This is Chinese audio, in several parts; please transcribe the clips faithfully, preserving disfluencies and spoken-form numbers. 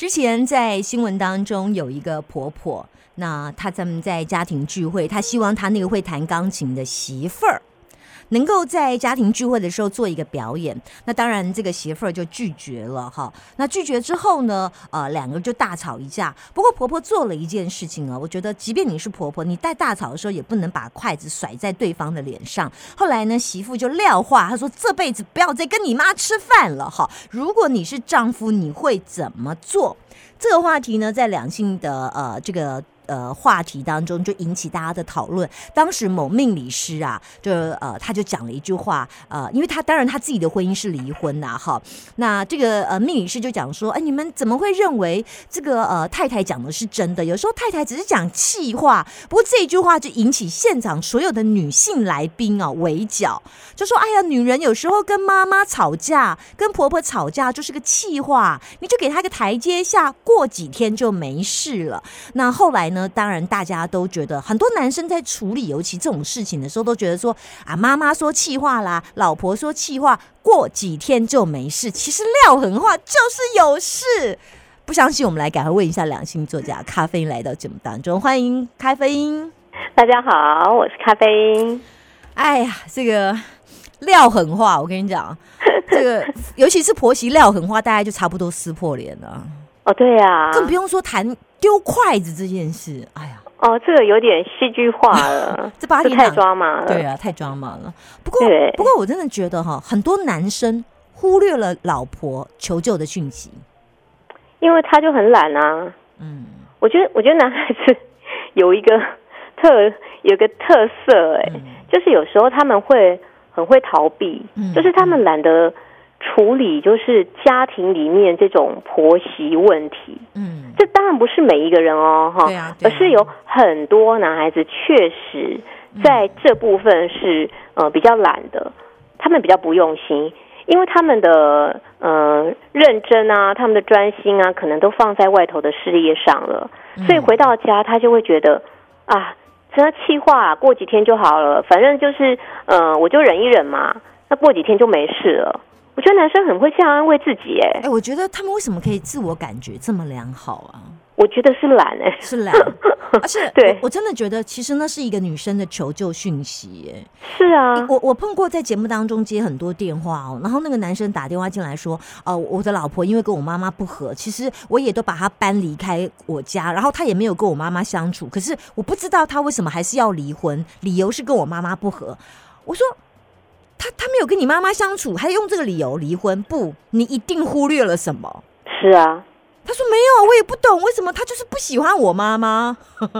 之前在新闻当中有一个婆婆，那她咱们在家庭聚会，她希望她那个会弹钢琴的媳妇儿能够在家庭聚会的时候做一个表演，那当然这个媳妇儿就拒绝了哈。那拒绝之后呢，呃，两个就大吵一架。不过婆婆做了一件事情啊，我觉得即便你是婆婆，你在大吵的时候也不能把筷子甩在对方的脸上。后来呢，媳妇就撂话，她说这辈子不要再跟你妈吃饭了哈。如果你是丈夫，你会怎么做？这个话题呢，在两性的呃这个。呃，话题当中就引起大家的讨论。当时某命理师啊，就呃，他就讲了一句话，呃，因为他当然他自己的婚姻是离婚呐、啊，哈。那这个呃命理师就讲说，哎，你们怎么会认为这个呃太太讲的是真的？有时候太太只是讲气话。不过这句话就引起现场所有的女性来宾啊围剿，就说，哎呀，女人有时候跟妈妈吵架，跟婆婆吵架就是个气话，你就给她个台阶下，过几天就没事了。那后来呢，当然大家都觉得，很多男生在处理尤其这种事情的时候都觉得说啊，妈妈说气话啦，老婆说气话，过几天就没事。其实撂狠话就是有事。不相信我们来赶快问一下两性作家咖啡因来到节目当中，欢迎咖啡因。 大家好，我是咖啡因。 哎呀，这个撂狠话我跟你讲，这个尤其是婆媳撂狠话，大概就差不多撕破脸了。 哦，对啊， 更不用说谈丢筷子这件事。哎呀， 哦，这个有点戏剧化了， 这八点太抓马了。 对啊，太抓马了。不过，不过我真的觉得哈，很多男生忽略了老婆求救的讯息， 因为他就很懒啊。嗯，我觉得，我觉得男孩子有一个特有一个特色、欸，哎、嗯，就是有时候他们会很会逃避，嗯、就是他们懒得处理就是家庭里面这种婆媳问题，嗯，这当然不是每一个人哦，哈、啊啊，而是有很多男孩子确实在这部分是呃比较懒的，他们比较不用心，因为他们的呃认真啊，他们的专心啊，可能都放在外头的事业上了，所以回到家他就会觉得啊，这气话过几天就好了，反正就是呃我就忍一忍嘛，那过几天就没事了。我觉得男生很会这样安慰自己，哎， 哎，我觉得他们为什么可以自我感觉这么良好啊？ 我觉得是懒，哎， 是懒，而且对 我, 我真的觉得，其实那是一个女生的求救讯息，哎， 是啊， 我我碰过在节目当中接很多电话哦，然后那个男生打电话进来说，呃，我的老婆因为跟我妈妈不和，其实我也都把她搬离开我家，然后她也没有跟我妈妈相处，可是我不知道她为什么还是要离婚，理由是跟我妈妈不和。我说。他他没有跟你妈妈相处，还用这个理由离婚？不，你一定忽略了什么？ 是啊， 他说没有，我也不懂为什么他就是不喜欢我妈妈。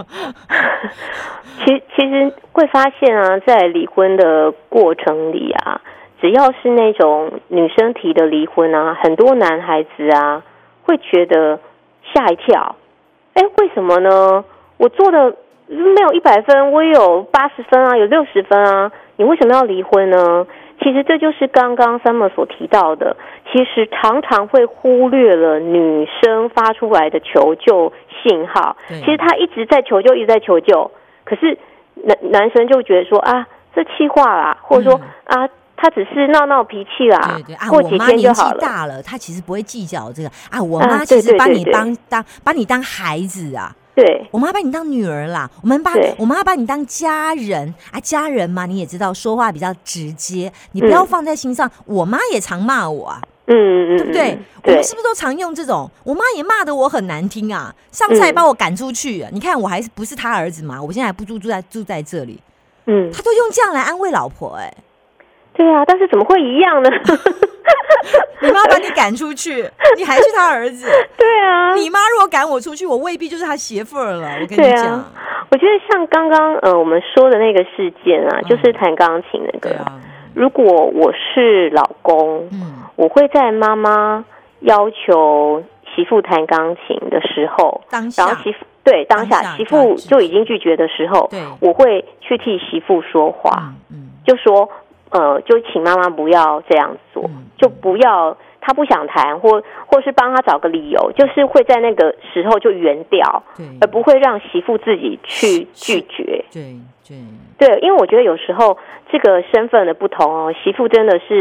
其其实会发现啊，在离婚的过程里啊，只要是那种女生提的离婚啊，很多男孩子啊会觉得吓一跳。哎，为什么呢？我做的没有一百分，我也有八十分啊，有六十分啊。你为什么要离婚呢？其实这就是刚刚 Summer 所提到的，其实常常会忽略了女生发出来的求救信号。其实他一直在求救，一直在求救，可是男男生就觉得说啊，这气话啦，或者说、嗯、啊，他只是闹闹脾气啦， 对对啊， 过几天就好了。 我妈年纪大了，他其实不会计较这个啊。我妈其实把你当、啊、对对对对当把你当孩子啊。 对， 我妈把你当女儿啦，我们把我妈把你当家人啊，家人嘛，你也知道说话比较直接，你不要放在心上。嗯、我妈也常骂我啊， 嗯嗯， 对不对？我们是不是都常用这种？我妈也骂得我很难听啊，上次还把我赶出去、啊嗯。你看我还是不是他儿子嘛？我现在还不住住在住在这里，嗯，他都用这样来安慰老婆、欸，哎， 对啊，但是怎么会一样呢？ 你妈把你赶出去，你还是他儿子。 对啊， 你妈如果赶我出去，我未必就是他媳妇儿了。我跟你讲、啊， 我觉得像刚刚呃我们说的那个事件啊，嗯、就是弹钢琴那个。啊、如果我是老公，嗯，我会在妈妈要求媳妇弹钢琴的时候， 当下， 然后媳妇对当下, 当下媳妇就已经拒绝的时候，我会去替媳妇说话，嗯，嗯就说。呃，就请妈妈不要这样做，嗯、就不要他不想谈，或或是帮他找个理由，就是会在那个时候就圆掉，而不会让媳妇自己去拒绝。 对对对，因为我觉得有时候这个身份的不同哦，媳妇真的是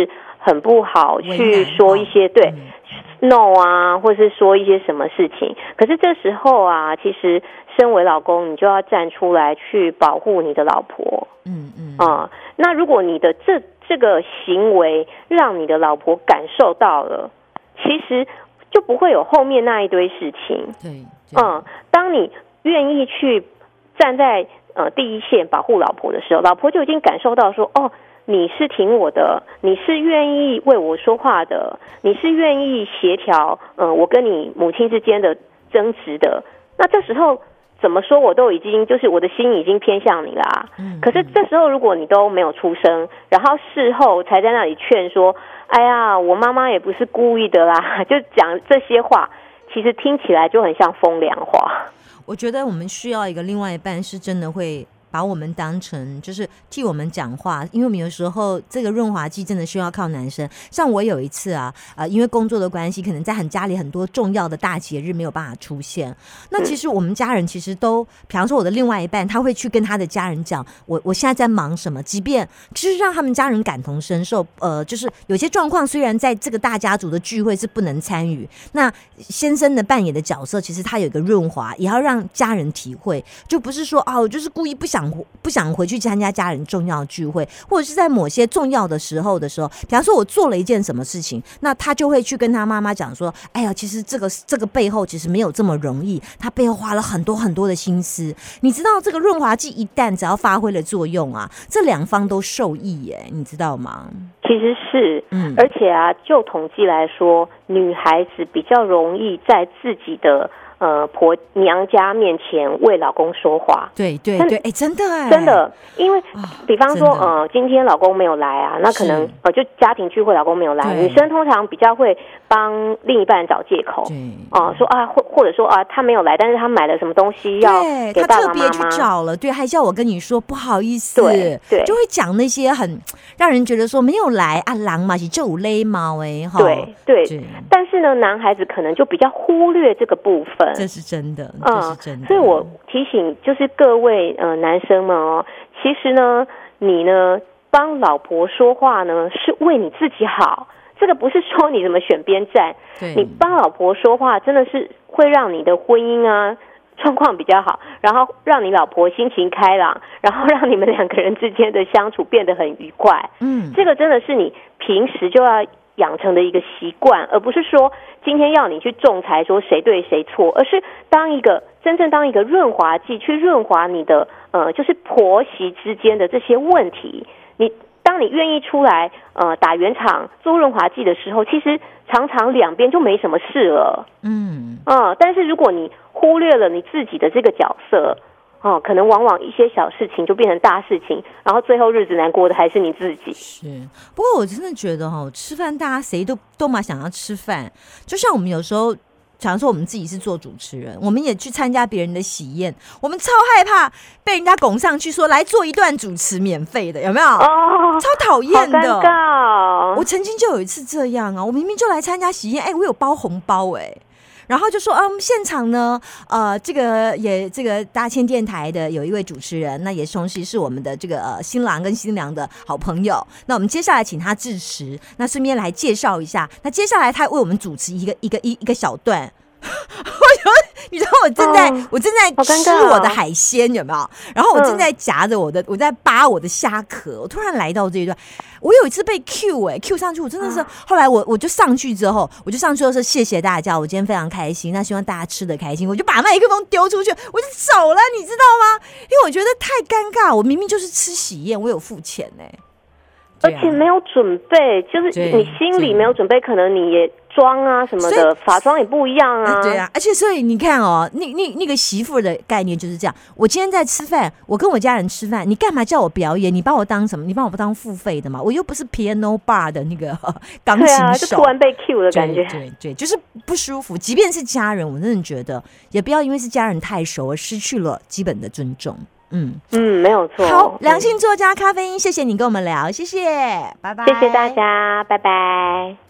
很不好去说一些对、嗯、no 啊，或是说一些什么事情。可是这时候啊，其实身为老公，你就要站出来去保护你的老婆。嗯嗯啊、嗯，那如果你的这这个行为让你的老婆感受到了，其实就不会有后面那一堆事情。对，嗯，当你愿意去站在呃第一线保护老婆的时候，老婆就已经感受到说，哦，你是挺我的，你是愿意为我说话的，你是愿意协调呃我跟你母亲之间的争执的。那这时候怎么说我都已经就是我的心已经偏向你啦、啊嗯、可是这时候如果你都没有出声，然后事后才在那里劝说，哎呀我妈妈也不是故意的啦，就讲这些话，其实听起来就很像风凉话。 我觉得我们需要一个另外一半是真的会把我们当成就是替我们讲话，因为我们有时候这个润滑剂真的需要靠男生。像我有一次啊，呃，因为工作的关系，可能在很家里很多重要的大节日没有办法出现。那其实我们家人其实都，比方说我的另外一半，他会去跟他的家人讲，我我现在在忙什么，即便就是让他们家人感同身受。呃，就是有些状况虽然在这个大家族的聚会是不能参与，那先生的扮演的角色，其实他有一个润滑，也要让家人体会，就不是说啊，我就是故意不想。不想回去参加家人重要的聚会，或者是在某些重要的时候的时候，比方说我做了一件什么事情，那他就会去跟他妈妈讲说，哎呀其实这个这个背后其实没有这么容易，他背后花了很多很多的心思。你知道这个润滑剂一旦只要发挥了作用啊，这两方都受益耶，你知道吗？ 其实是，嗯，而且啊，就统计来说，女孩子比较容易在自己的呃，婆娘家面前为老公说话。 对对对，哎，真的哎， 真的，因为、哦、比方说，呃，今天老公没有来啊，那可能呃，就家庭聚会，老公没有来，女生通常比较会帮另一半找借口，哦、呃，说啊，或或者说啊，他没有来，但是他买了什么东西要给爸爸妈妈， 他特别去找了，对，还叫我跟你说不好意思， 对对， 就会讲那些很让人觉得说没有来啊，狼嘛是就勒毛哎， 对对，但是呢，男孩子可能就比较忽略这个部分。 这是真的，这是真的。 嗯、所以我提醒就是各位呃男生们哦，其实呢，你呢帮老婆说话呢是为你自己好，这个不是说你怎么选边站，你帮老婆说话真的是会让你的婚姻啊状况比较好，然后让你老婆心情开朗，然后让你们两个人之间的相处变得很愉快。嗯，这个真的是你平时就要养成的一个习惯，而不是说今天要你去仲裁说谁对谁错，而是当一个真正当一个润滑剂去润滑你的呃，就是婆媳之间的这些问题。你当你愿意出来呃打圆场做润滑剂的时候，其实常常两边就没什么事了。嗯嗯，但是如果你忽略了你自己的这个角色。哦，可能往往一些小事情就变成大事情，然后最后日子难过的还是你自己。 是，不过我真的觉得哈、哦，吃饭大家谁都都嘛想要吃饭，就像我们有时候，假如说我们自己是做主持人，我们也去参加别人的喜宴，我们超害怕被人家拱上去说来做一段主持免费的，有没有？哦，超讨厌的， 好尴尬。 我曾经就有一次这样啊，我明明就来参加喜宴，哎，我有包红包哎。然后就说，嗯，现场呢，呃，这个也这个大千电台的有一位主持人，那也同时是我们的这个呃新郎跟新娘的好朋友。那我们接下来请他致辞，那顺便来介绍一下。那接下来他为我们主持一个一个一一个小段。我你知道我正在、哦、我正在吃我的海鲜有没有？然后我正在夹着我的、嗯、我在扒我的虾壳，我突然来到这一段，我有一次被 Q 哎、欸、Q 上去，我真的是、啊、后来我我就上去之后，我就上去说谢谢大家，我今天非常开心，那希望大家吃得开心，我就把麦克风丢出去，我就走了，你知道吗？因为我觉得太尴尬，我明明就是吃喜宴，我有付钱哎、欸。 而且没有准备，就是你心里没有准备，可能你也妆啊什么的，法妆也不一样啊。 对啊，而且所以你看哦，那那那个媳妇的概念就是这样。我今天在吃饭，我跟我家人吃饭，你干嘛叫我表演？你把我当什么？你把我当付费的嘛？我又不是 piano bar 的那个钢琴手。对啊， 就突然被 cue 的感觉。 对对对，就是不舒服。即便是家人，我真的觉得也不要因为是家人太熟而失去了基本的尊重。嗯嗯，没有错。 好，良性作家咖啡因，谢谢你跟我们聊，谢谢，拜拜， 谢谢大家，拜拜。